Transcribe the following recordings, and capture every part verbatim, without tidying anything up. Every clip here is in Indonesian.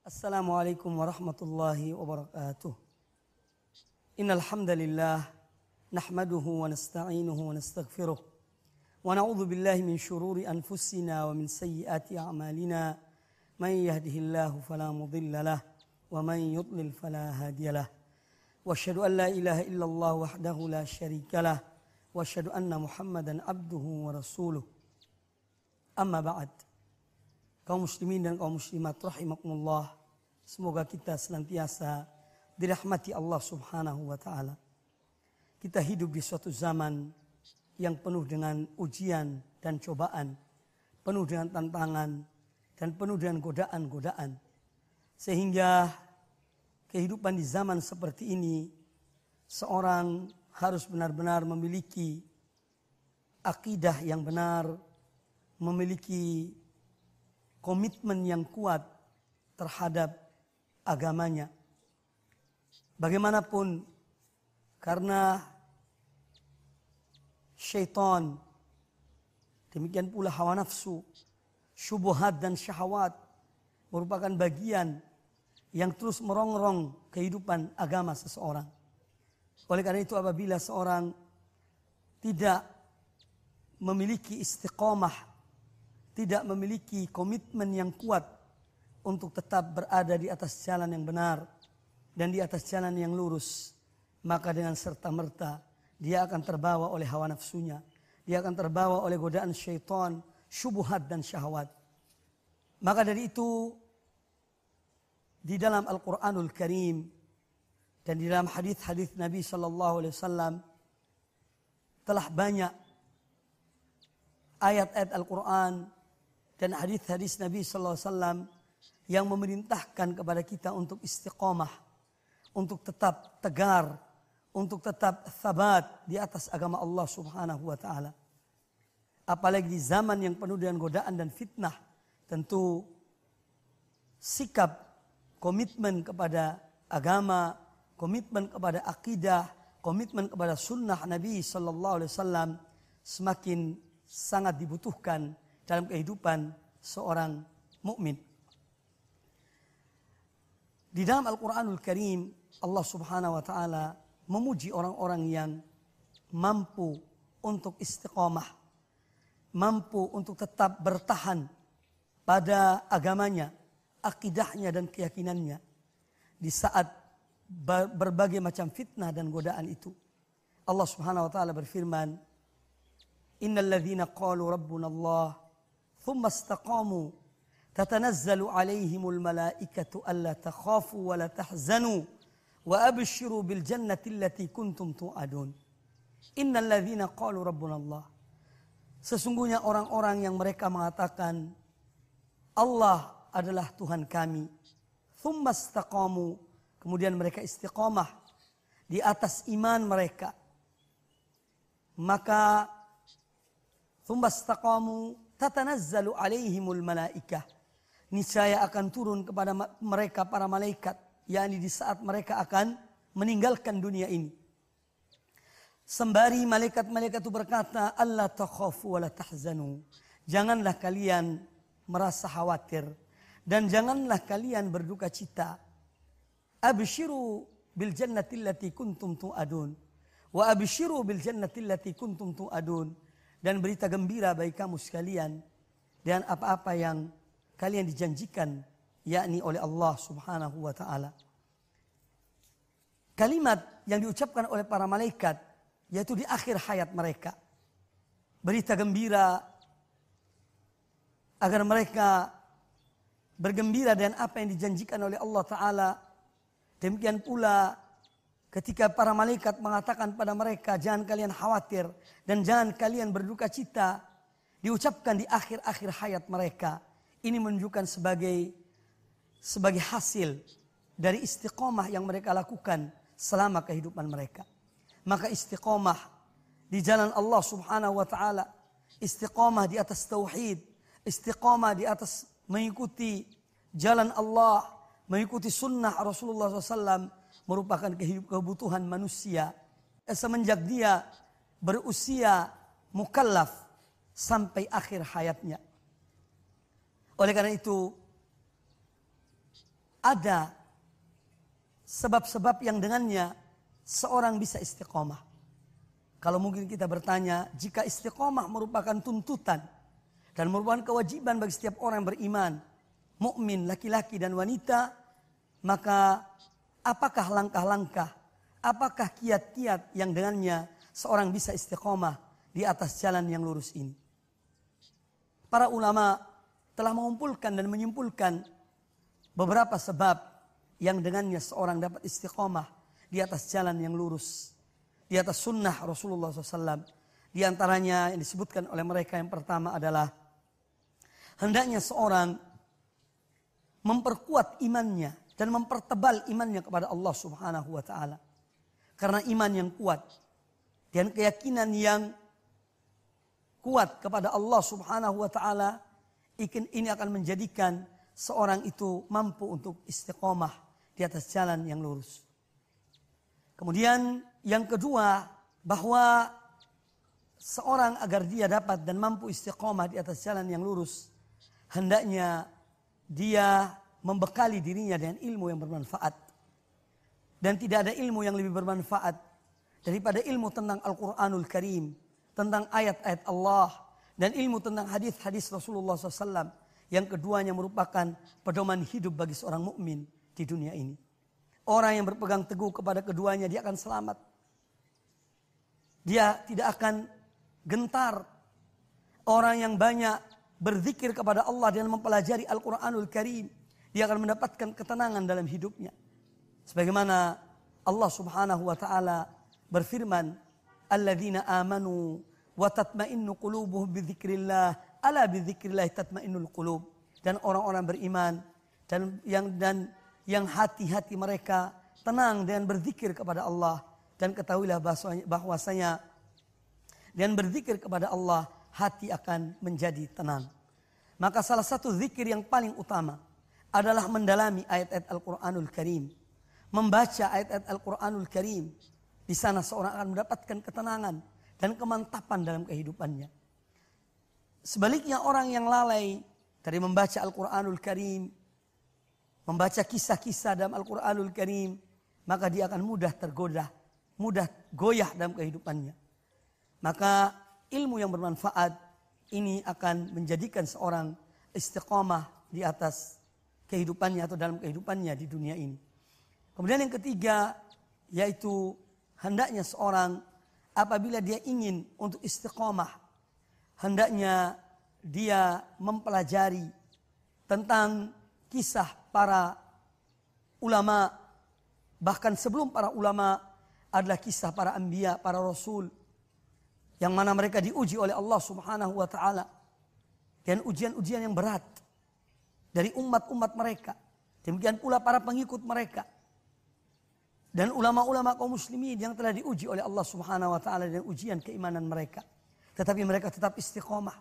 Assalamualaikum warahmatullahi wabarakatuh. Innal hamdalillah nahmaduhu wa nasta'inuhu wa nastaghfiruh wa na'udzu billahi min shururi anfusina wa min sayyiati a'malina. Man yahdihillahu fala mudilla lahu wa man yudlil fala hadiyalah. Wa asyhadu an la ilaha illallah wahdahu la syarika lah wa asyhadu anna Muhammadan abduhu wa rasuluh. Amma ba'd. Kaum muslimin dan kaum muslimat rahimakumullah, semoga kita senantiasa dirahmati Allah Subhanahu wa taala. Kita hidup di suatu zaman yang penuh dengan ujian dan cobaan, penuh dengan tantangan dan penuh dengan godaan-godaan. Sehingga kehidupan di zaman seperti ini, seorang harus benar-benar memiliki akidah yang benar, memiliki komitmen yang kuat terhadap agamanya. Bagaimanapun, karena syaitan, demikian pula hawa nafsu, syubhat dan syahwat merupakan bagian yang terus merongrong kehidupan agama seseorang. Oleh karena itu, apabila seorang tidak memiliki istiqomah, tidak memiliki komitmen yang kuat untuk tetap berada di atas jalan yang benar dan di atas jalan yang lurus, maka dengan serta-merta dia akan terbawa oleh hawa nafsunya, dia akan terbawa oleh godaan syaitan, syubhat dan syahwat. Maka dari itu, di dalam Al-Quranul Karim dan di dalam hadis-hadis Nabi Sallallahu Alaihi Wasallam telah banyak ayat-ayat Al-Quran dan hadis-hadis Nabi Sallallahu Alaihi Wasallam yang memerintahkan kepada kita untuk istiqomah, untuk tetap tegar, untuk tetap thabat di atas agama Allah Subhanahu wa taala. Apalagi di zaman yang penuh dengan godaan dan fitnah, tentu sikap komitmen kepada agama, komitmen kepada akidah, komitmen kepada sunnah Nabi Sallallahu Alaihi Wasallam semakin sangat dibutuhkan dalam kehidupan seorang mukmin. Di dalam Al-Quranul Karim, Allah Subhanahu wa taala memuji orang-orang yang mampu untuk istiqomah, mampu untuk tetap bertahan pada agamanya, akidahnya dan keyakinannya di saat berbagai macam fitnah dan godaan itu. Allah Subhanahu wa taala berfirman, Innal ladzina qalu rabbuna Allah thumma istaqamu tatanazzalu alaihimul malaikatu alla takhafu wa la tahzanu wa abshiru bil jannati allati kuntum tu'adun. Innal ladzina qalu rabbuna Allah. Sesungguhnya orang-orang yang mereka mengatakan Allah adalah Tuhan kami, thumma istaqamu, kemudian mereka istiqamah di atas iman mereka, maka thumma istaqamu tatanazzalu alaihimul malaikah, niscaya akan turun kepada mereka para malaikat, yakni di saat mereka akan meninggalkan dunia ini. Sembari malaikat-malaikat itu berkata, Allah takhafu wa la tahzanu, janganlah kalian merasa khawatir dan janganlah kalian berduka cita. Abshiru bil jannati allati kuntum tu'adun wa abshiru bil jannati allati kuntum tu'adun, dan berita gembira bagi kamu sekalian dan apa-apa yang kalian dijanjikan, yakni oleh Allah Subhanahu wa taala. Kalimat yang diucapkan oleh para malaikat yaitu di akhir hayat mereka, berita gembira agar mereka bergembira dengan apa yang dijanjikan oleh Allah taala. Demikian pula ketika para malaikat mengatakan pada mereka, jangan kalian khawatir dan jangan kalian berduka cita, diucapkan di akhir-akhir hayat mereka. Ini menunjukkan sebagai sebagai hasil dari istiqomah yang mereka lakukan selama kehidupan mereka. Maka istiqomah di jalan Allah Subhanahu wa taala, istiqomah di atas tauhid, istiqomah di atas mengikuti jalan Allah, mengikuti sunnah Rasulullah shallallahu alaihi wasallam merupakan kebutuhan manusia semenjak dia berusia mukallaf sampai akhir hayatnya. Oleh karena itu, ada sebab-sebab yang dengannya seorang bisa istiqomah. Kalau mungkin kita bertanya, jika istiqomah merupakan tuntutan dan merupakan kewajiban bagi setiap orang yang beriman, mukmin laki-laki dan wanita, maka apakah langkah-langkah, apakah kiat-kiat yang dengannya seorang bisa istiqomah di atas jalan yang lurus ini? Para ulama telah mengumpulkan dan menyimpulkan beberapa sebab yang dengannya seorang dapat istiqomah di atas jalan yang lurus, di atas sunnah Rasulullah shallallahu alaihi wasallam. Di antaranya yang disebutkan oleh mereka yang pertama adalah hendaknya seorang memperkuat imannya dan mempertebal imannya kepada Allah Subhanahu wa taala. Karena iman yang kuat dan keyakinan yang kuat kepada Allah Subhanahu wa taala ini akan menjadikan seorang itu mampu untuk istiqomah di atas jalan yang lurus. Kemudian yang kedua, bahwa seorang agar dia dapat dan mampu istiqomah di atas jalan yang lurus, hendaknya dia membekali dirinya dengan ilmu yang bermanfaat. Dan tidak ada ilmu yang lebih bermanfaat daripada ilmu tentang Al-Quranul Karim, tentang ayat-ayat Allah, dan ilmu tentang hadis-hadis Rasulullah shallallahu alaihi wasallam. Yang keduanya merupakan pedoman hidup bagi seorang mukmin di dunia ini. Orang yang berpegang teguh kepada keduanya, dia akan selamat. Dia tidak akan gentar. Orang yang banyak berzikir kepada Allah dan mempelajari Al-Quranul Karim, dia akan mendapatkan ketenangan dalam hidupnya. Sebagaimana Allah Subhanahu wa taala berfirman, "Alladzina amanu wa tatma'innu qulubuhum bidzikrillah, ala bidzikrillah tatma'innul qulub." Dan orang-orang beriman dan yang dan yang hati-hati mereka tenang dengan berzikir kepada Allah, dan ketahuilah bahwasanya dan berzikir kepada Allah hati akan menjadi tenang. Maka salah satu zikir yang paling utama adalah mendalami ayat-ayat Al-Quranul Karim, membaca ayat-ayat Al-Quranul Karim. Di sana seorang akan mendapatkan ketenangan dan kemantapan dalam kehidupannya. Sebaliknya orang yang lalai dari membaca Al-Quranul Karim, membaca kisah-kisah dalam Al-Quranul Karim, maka dia akan mudah tergoda, mudah goyah dalam kehidupannya. Maka ilmu yang bermanfaat ini akan menjadikan seorang istiqomah di atas kehidupannya atau dalam kehidupannya di dunia ini. Kemudian yang ketiga, yaitu hendaknya seorang apabila dia ingin untuk istiqomah, hendaknya dia mempelajari tentang kisah para ulama, bahkan sebelum para ulama adalah kisah para anbiya, para rasul, yang mana mereka diuji oleh Allah Subhanahu wa taala dan ujian-ujian yang berat dari umat-umat mereka. Demikian pula para pengikut mereka dan ulama-ulama kaum muslimin yang telah diuji oleh Allah Subhanahu wa taala dengan ujian keimanan mereka, tetapi mereka tetap istiqomah.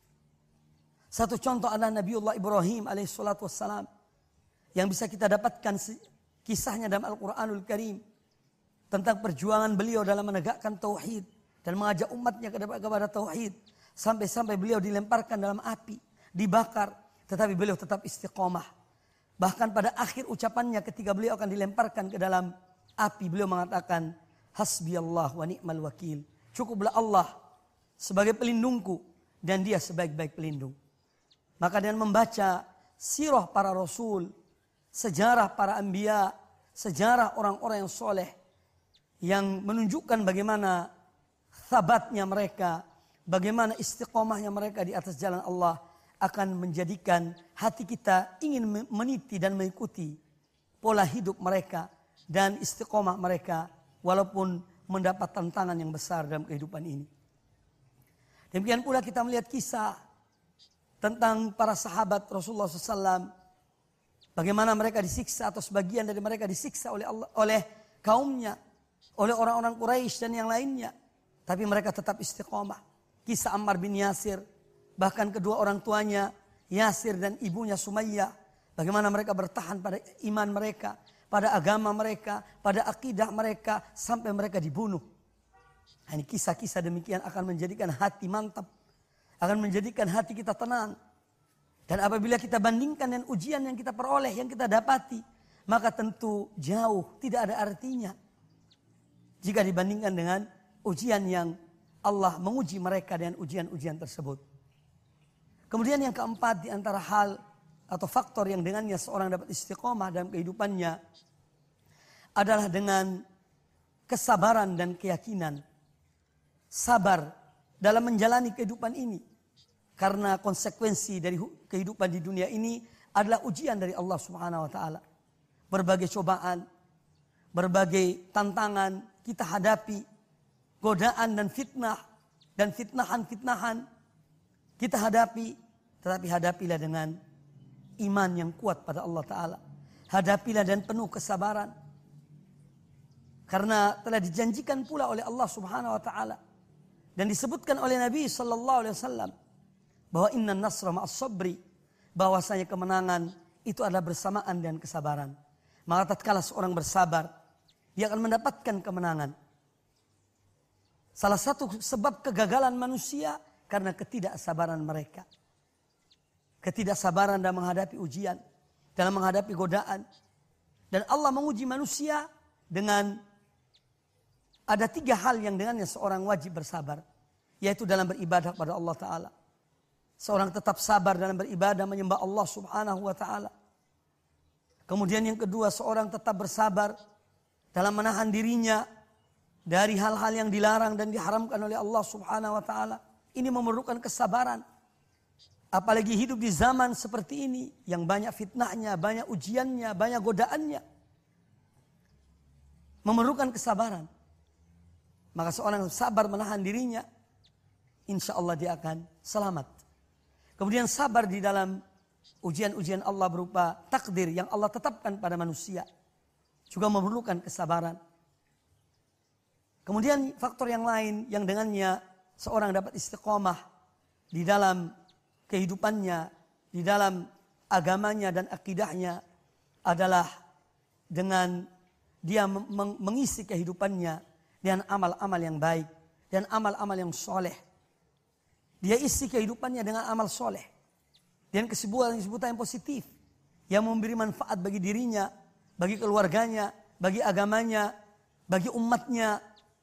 Satu contoh adalah Nabiullah Ibrahim alaihissalatu wassalam, yang bisa kita dapatkan kisahnya dalam Al-Quranul Karim tentang perjuangan beliau dalam menegakkan tauhid dan mengajak umatnya kepada tauhid, sampai-sampai beliau dilemparkan dalam api, dibakar, tetapi beliau tetap istiqomah. Bahkan pada akhir ucapannya ketika beliau akan dilemparkan ke dalam api, beliau mengatakan, "Hasbiyallah wa ni'mal wakil." Cukuplah Allah sebagai pelindungku dan dia sebaik-baik pelindung. Maka dengan membaca sirah para rasul, sejarah para anbiya, sejarah orang-orang yang soleh, yang menunjukkan bagaimana sabatnya mereka, bagaimana istiqomahnya mereka di atas jalan Allah, akan menjadikan hati kita ingin meniti dan mengikuti pola hidup mereka dan istiqomah mereka, walaupun mendapat tantangan yang besar dalam kehidupan ini. Demikian pula kita melihat kisah tentang para sahabat Rasulullah shallallahu alaihi wasallam, bagaimana mereka disiksa atau sebagian dari mereka disiksa oleh Allah, oleh kaumnya, oleh orang-orang Quraisy dan yang lainnya, tapi mereka tetap istiqomah. Kisah Ammar bin Yasir, bahkan kedua orang tuanya Yasir dan ibunya Sumayyah, bagaimana mereka bertahan pada iman mereka, pada agama mereka, pada akidah mereka, sampai mereka dibunuh. Ini kisah-kisah demikian akan menjadikan hati mantap, akan menjadikan hati kita tenang. Dan apabila kita bandingkan dengan ujian yang kita peroleh, yang kita dapati, maka tentu jauh tidak ada artinya jika dibandingkan dengan ujian yang Allah menguji mereka dengan ujian-ujian tersebut. Kemudian yang keempat, di antara hal atau faktor yang dengannya seorang dapat istiqomah dalam kehidupannya adalah dengan kesabaran dan keyakinan. Sabar dalam menjalani kehidupan ini. Karena konsekuensi dari kehidupan di dunia ini adalah ujian dari Allah Subhanahu wa taala. Berbagai cobaan, berbagai tantangan kita hadapi, godaan dan fitnah dan fitnahan-fitnahan kita hadapi, tetapi hadapilah dengan iman yang kuat pada Allah Ta'ala. Hadapilah dan penuh kesabaran. Karena telah dijanjikan pula oleh Allah Subhanahu wa Ta'ala dan disebutkan oleh Nabi Sallallahu Alaihi Wasallam bahwa inna nasra ma'as sabri, bahwasanya kemenangan itu adalah bersamaan dengan kesabaran. Maka tatkala seorang bersabar, dia akan mendapatkan kemenangan. Salah satu sebab kegagalan manusia karena ketidaksabaran mereka. Ketidaksabaran dalam menghadapi ujian, dalam menghadapi godaan. Dan Allah menguji manusia dengan ada tiga hal yang dengannya seorang wajib bersabar. Yaitu dalam beribadah kepada Allah Ta'ala. Seorang tetap sabar dalam beribadah menyembah Allah Subhanahu wa Ta'ala. Kemudian yang kedua, seorang tetap bersabar dalam menahan dirinya dari hal-hal yang dilarang dan diharamkan oleh Allah Subhanahu wa Ta'ala. Ini memerlukan kesabaran. Apalagi hidup di zaman seperti ini yang banyak fitnahnya, banyak ujiannya, banyak godaannya. Memerlukan kesabaran. Maka seorang sabar menahan dirinya, insya Allah dia akan selamat. Kemudian sabar di dalam ujian-ujian Allah berupa takdir yang Allah tetapkan pada manusia. Juga memerlukan kesabaran. Kemudian faktor yang lain yang dengannya seorang dapat istiqomah di dalam kehidupannya, di dalam agamanya dan akidahnya adalah dengan dia mengisi kehidupannya dengan amal-amal yang baik dan amal-amal yang soleh. Dia isi kehidupannya dengan amal soleh dan kesebutan-kesebutan yang positif yang memberi manfaat bagi dirinya, bagi keluarganya, bagi agamanya, bagi umatnya.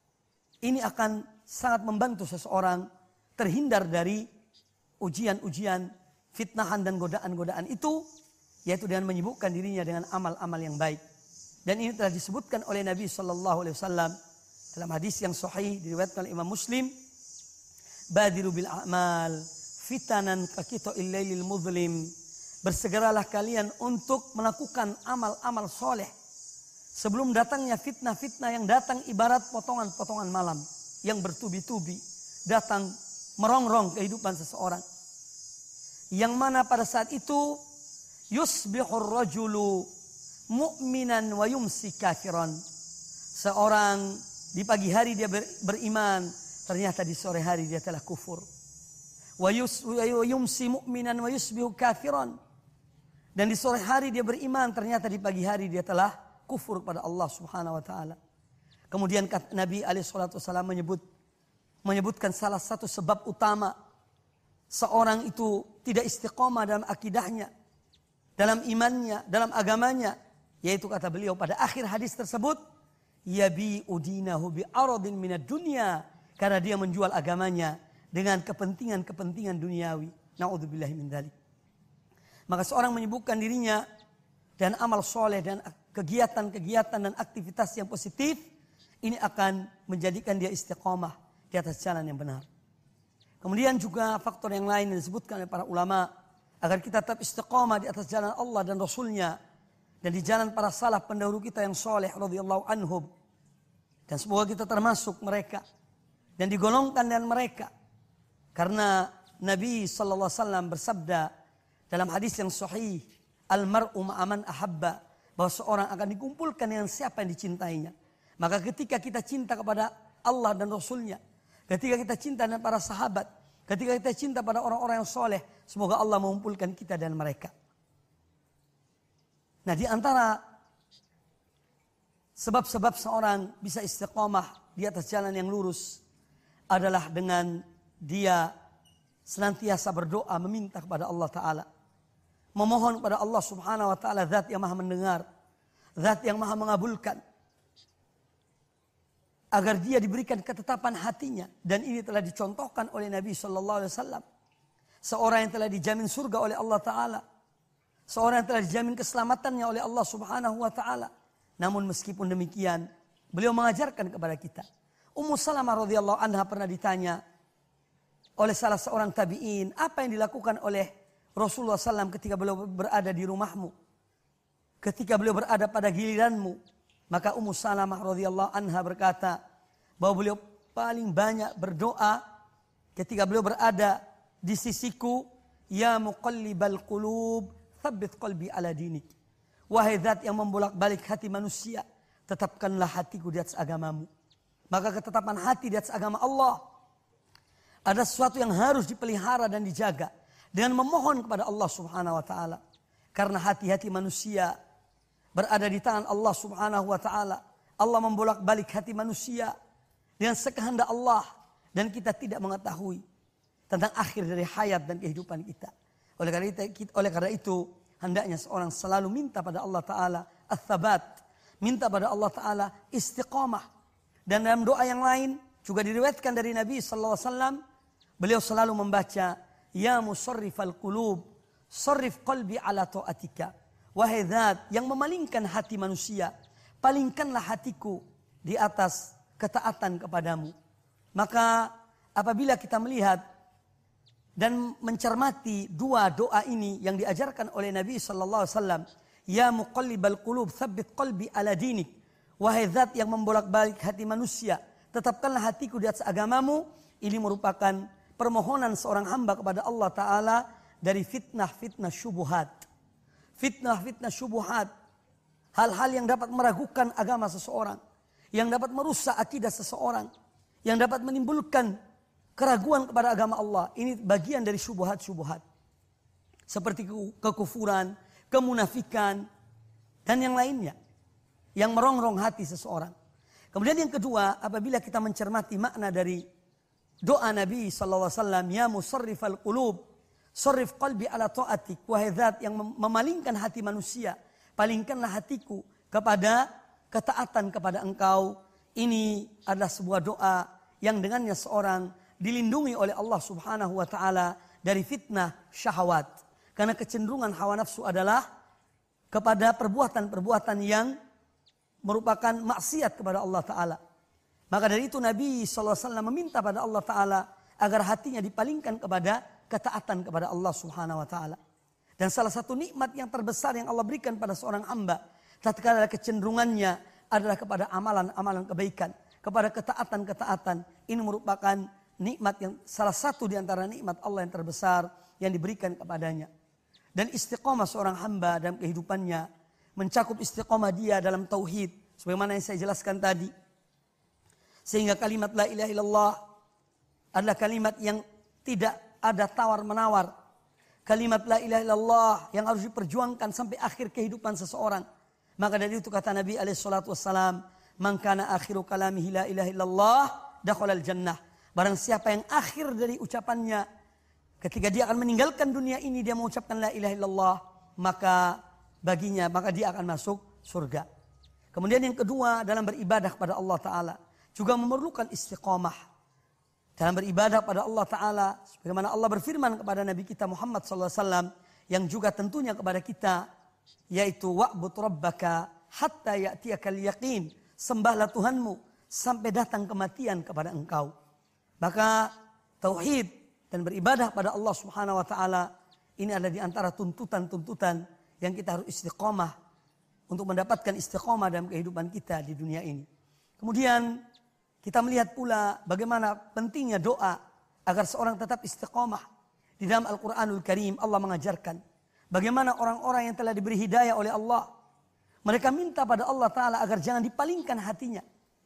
Ini akan sangat membantu seseorang terhindar dari ujian-ujian, fitnahan dan godaan-godaan itu, yaitu dengan menyibukkan dirinya dengan amal-amal yang baik. Dan ini telah disebutkan oleh Nabi Sallallahu Alaihi Wasallam dalam hadis yang sahih diriwayatkan oleh Imam Muslim, badiru bil a'mal fitanan kakito illailil muzlim, bersegeralah kalian untuk melakukan amal-amal soleh sebelum datangnya fitnah-fitnah yang datang ibarat potongan-potongan malam yang bertubi-tubi datang merongrong kehidupan seseorang. Yang mana pada saat itu yusbihur rajulu mu'minan wa yumsi kafiran. Seorang di pagi hari dia ber, beriman, ternyata di sore hari dia telah kufur. Wa yumsi mu'minan wa yusbihu kafiran. Dan di sore hari dia beriman, ternyata di pagi hari dia telah kufur pada Allah Subhanahu wa taala. Kemudian Nabi alaihi salatu wasallam menyebut menyebutkan salah satu sebab utama seorang itu tidak istiqomah dalam akidahnya, dalam imannya, dalam agamanya, yaitu kata beliau pada akhir hadis tersebut, yabi udinahu bi aradin minad dunya, karena dia menjual agamanya dengan kepentingan-kepentingan duniawi. Naudzubillahi min dzalik. Maka seorang menyibukkan dirinya dan amal soleh dan kegiatan-kegiatan dan aktivitas yang positif, ini akan menjadikan dia istiqomah di atas jalan yang benar. Kemudian juga faktor yang lain yang disebutkan oleh para ulama agar kita tetap istiqomah di atas jalan Allah dan Rasulnya dan di jalan para salaf pendahulu kita yang soleh radhiyallahu anhum. Dan semoga kita termasuk mereka dan digolongkan dengan mereka. Karena Nabi sallallahu alaihi wasallam bersabda dalam hadis yang sahih, al-mar'u ma'aman ahabba, bahwa seorang akan dikumpulkan dengan siapa yang dicintainya. Maka ketika kita cinta kepada Allah dan Rasulnya, ketika kita cinta dengan para sahabat, ketika kita cinta pada orang-orang yang soleh, semoga Allah mengumpulkan kita dan mereka. Nah, di antara sebab-sebab seorang bisa istiqomah di atas jalan yang lurus adalah dengan dia senantiasa berdoa meminta kepada Allah Ta'ala. Memohon kepada Allah Subhanahu wa Ta'ala, zat yang maha mendengar, Zat yang maha mengabulkan. Agar dia diberikan ketetapan hatinya. Dan ini telah dicontohkan oleh Nabi shallallahu alaihi wasallam. Seorang yang telah dijamin surga oleh Allah Ta'ala. Seorang yang telah dijamin keselamatannya oleh Allah Subhanahu Wa Ta'ala. Namun meskipun demikian, beliau mengajarkan kepada kita. Ummu Salamah radhiyallahu anha pernah ditanya oleh salah seorang tabi'in, apa yang dilakukan oleh Rasulullah shallallahu alaihi wasallam ketika beliau berada di rumahmu, ketika beliau berada pada giliranmu. Maka Ummu Salamah radhiyallahu anha berkata bahwa beliau paling banyak berdoa ketika beliau berada di sisiku, ya muqallibal qulub, tsabbit qalbi ala dinik. Wahai zat yang membolak-balik hati manusia, tetapkanlah hatiku di atas agamamu. Maka ketetapan hati di atas agama Allah ada sesuatu yang harus dipelihara dan dijaga dengan memohon kepada Allah Subhanahu wa taala. Karena hati-hati manusia berada di tangan Allah Subhanahu wa taala. Allah membolak-balik hati manusia dengan sekehendak Allah dan kita tidak mengetahui tentang akhir dari hayat dan kehidupan kita. Oleh karena itu, oleh karena itu hendaknya seorang selalu minta pada Allah Ta'ala ats-tsabat, minta pada Allah Ta'ala istiqamah. Dan dalam doa yang lain juga diriwayatkan dari Nabi sallallahu alaihi wasallam, beliau selalu membaca, ya musarrifal qulub, sarrif qalbi ala ta'atika. Wahai zat yang memalingkan hati manusia, palingkanlah hatiku di atas ketaatan kepadamu. Maka apabila kita melihat dan mencermati dua doa ini yang diajarkan oleh Nabi sallallahu alaihi wasallam, ya muqallibal qulub, tsabbit qalbi ala dinik. Wahai zat yang membolak-balik hati manusia, tetapkanlah hatiku di atas agamamu. Ini merupakan permohonan seorang hamba kepada Allah Ta'ala dari fitnah-fitnah syubuhat. Fitnah-fitnah syubuhat. Hal-hal yang dapat meragukan agama seseorang. Yang dapat merusak akidah seseorang. Yang dapat menimbulkan keraguan kepada agama Allah. Ini bagian dari syubuhat-syubuhat. Seperti kekufuran, kemunafikan, dan yang lainnya. Yang merongrong hati seseorang. Kemudian yang kedua, apabila kita mencermati makna dari doa Nabi sallallahu alaihi wasallam, ya musarrifal qulub, sarrif qalbi ala ta'atik. Wahai zat yang memalingkan hati manusia, palingkanlah hatiku kepada ketaatan kepada engkau. Ini adalah sebuah doa yang dengannya seorang dilindungi oleh Allah Subhanahu wa taala dari fitnah syahwat. Karena kecenderungan hawa nafsu adalah kepada perbuatan-perbuatan yang merupakan maksiat kepada Allah Ta'ala. Maka dari itu Nabi shallallahu alaihi wasallam meminta pada Allah Ta'ala agar hatinya dipalingkan kepada ketaatan kepada Allah Subhanahu wa Ta'ala. Dan salah satu nikmat yang terbesar yang Allah berikan pada seorang hamba, tatkala kecenderungannya adalah kepada amalan-amalan kebaikan, kepada ketaatan-ketaatan. Ini merupakan nikmat yang salah satu di antara nikmat Allah yang terbesar yang diberikan kepadanya. Dan istiqomah seorang hamba dalam kehidupannya mencakup istiqomah dia dalam tauhid, sebagaimana yang saya jelaskan tadi. Sehingga kalimat la ilaha illallah adalah kalimat yang tidak ada tawar-menawar. Kalimat la ilaha illallah yang harus diperjuangkan sampai akhir kehidupan seseorang. Maka dari itu kata Nabi alaihi salatu wassalam, man kana akhiru kalamihi la ilaha illallah dakhalal jannah. Barang siapa yang akhir dari ucapannya ketika dia akan meninggalkan dunia ini dia mengucapkan la ilaha illallah, maka baginya maka dia akan masuk surga. Kemudian yang kedua, dalam beribadah kepada Allah Ta'ala juga memerlukan istiqamah. Dalam beribadah pada Allah Ta'ala, sebagaimana Allah berfirman kepada Nabi kita Muhammad sallallahu alaihi wasallam, yang juga tentunya kepada kita, yaitu wa'bud rabbaka hatta ya'tiyakal yaqin. Sembahlah Tuhanmu sampai datang kematian kepada engkau. Maka tauhid dan beribadah pada Allah Subhanahu wa taala ini adalah di antara tuntutan-tuntutan yang kita harus istiqomah untuk mendapatkan istiqomah dalam kehidupan kita di dunia ini. Kemudian kita melihat pula bagaimana pentingnya doa agar seorang tetap istiqomah. Di dalam Al-Quranul Karim Allah mengajarkan bagaimana orang-orang yang telah diberi hidayah oleh Allah. Mereka minta pada Allah Ta'ala agar jangan dipalingkan hatinya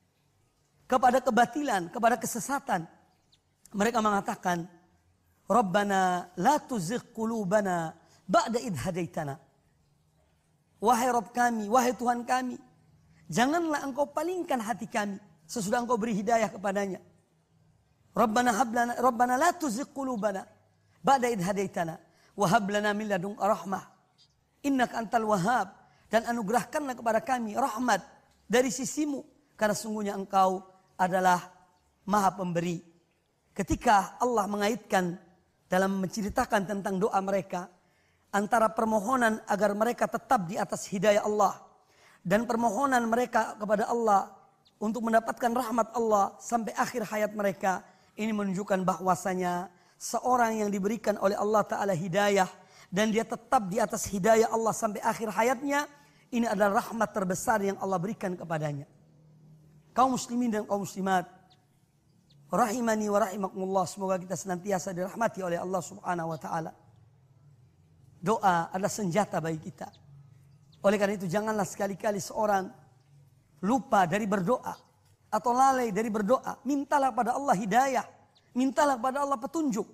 kepada kebatilan, kepada kesesatan. Mereka mengatakan, Rabbana la tuzigh qulubana ba'da idh hadaitana. Wahai Rabb kami, wahai Tuhan kami, janganlah engkau palingkan hati kami sesudah engkau beri hidayah kepadanya. Rabbana hablana, Rabbana la tuzigh qulubana ba'da idh hadaitana wa hab lana min ladunka rahmah innaka antal wahhab. dan anugerahkanlah kepada kami rahmat dari sisimu, karena sungguhnya engkau adalah maha pemberi. Ketika Allah mengaitkan dalam menceritakan tentang doa mereka, antara permohonan agar mereka tetap di atas hidayah Allah dan permohonan mereka kepada Allah untuk mendapatkan rahmat Allah sampai akhir hayat mereka, ini menunjukkan bahwasanya seorang yang diberikan oleh Allah Ta'ala hidayah dan dia tetap di atas hidayah Allah sampai akhir hayatnya, ini adalah rahmat terbesar yang Allah berikan kepadanya. Kaum muslimin dan kaum muslimat, rahimani wa rahimakumullah, semoga kita senantiasa dirahmati oleh Allah Subhanahu wa taala. Doa adalah senjata bagi kita. Oleh karena itu janganlah sekali-kali seorang lupa dari berdoa atau lalai dari berdoa. Mintalah pada Allah hidayah, mintalah pada Allah petunjuk,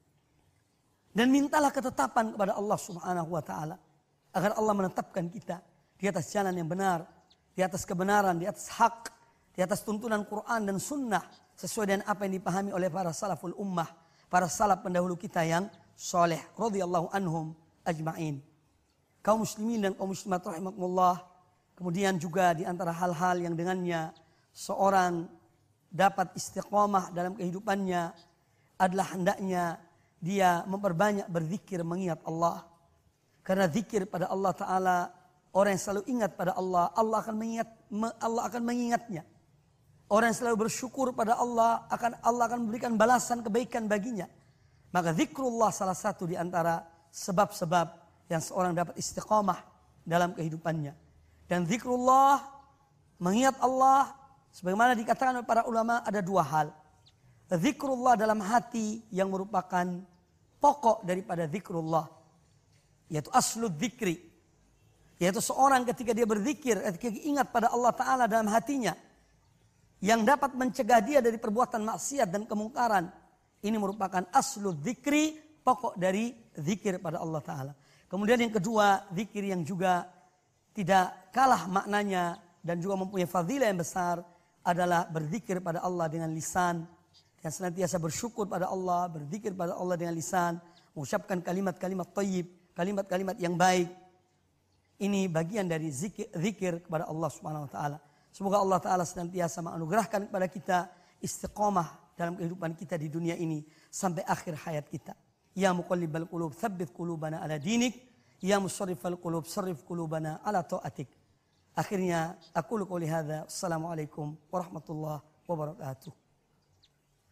dan mintalah ketetapan kepada Allah Subhanahu wa taala agar Allah menetapkan kita di atas jalan yang benar, di atas kebenaran, di atas hak, di atas tuntunan Quran dan sunnah sesuai dengan apa yang dipahami oleh para salaful ummah, para salaf pendahulu kita yang soleh radhiyallahu anhum ajma'in. Kaum muslimin dan kaum muslimat rahimakumullah, kemudian juga di antara hal-hal yang dengannya seorang dapat istiqomah dalam kehidupannya adalah hendaknya dia memperbanyak berzikir mengingat Allah. Karena zikir pada Allah Ta'ala, orang yang selalu ingat pada Allah, Allah akan mengingat, Allah akan mengingatnya. Orang yang selalu bersyukur pada Allah, akan Allah akan memberikan balasan kebaikan baginya. Maka zikrullah salah satu di antara sebab-sebab yang seorang dapat istiqamah dalam kehidupannya. Dan zikrullah, mengingat Allah, sebagaimana dikatakan oleh para ulama, ada dua hal. Zikrullah dalam hati yang merupakan pokok daripada zikrullah, yaitu aslud zikri, yaitu seorang ketika dia berzikir, ketika ingat pada Allah Ta'ala dalam hatinya, yang dapat mencegah dia dari perbuatan maksiat dan kemungkaran. Ini merupakan aslud zikri, pokok dari zikir pada Allah Ta'ala. Kemudian yang kedua, zikir yang juga tidak kalah maknanya dan juga mempunyai fadilah yang besar adalah berzikir pada Allah dengan lisan, yang senantiasa bersyukur pada Allah, berzikir pada Allah dengan lisan, mengucapkan kalimat-kalimat thayyib, kalimat-kalimat yang baik. Ini bagian dari zikir, zikir kepada Allah Subhanahu wa taala. Semoga Allah Ta'ala senantiasa menganugerahkan kepada kita istiqamah dalam kehidupan kita di dunia ini sampai akhir hayat kita. Ya muqallibal qulub, tsabbit qulubana ala dinik. Ya musarrifal qulub, sarrif qulubana ala ta'atik. Akhirnya, aku qouli hadza. Assalamualaikum warahmatullahi wabarakatuh.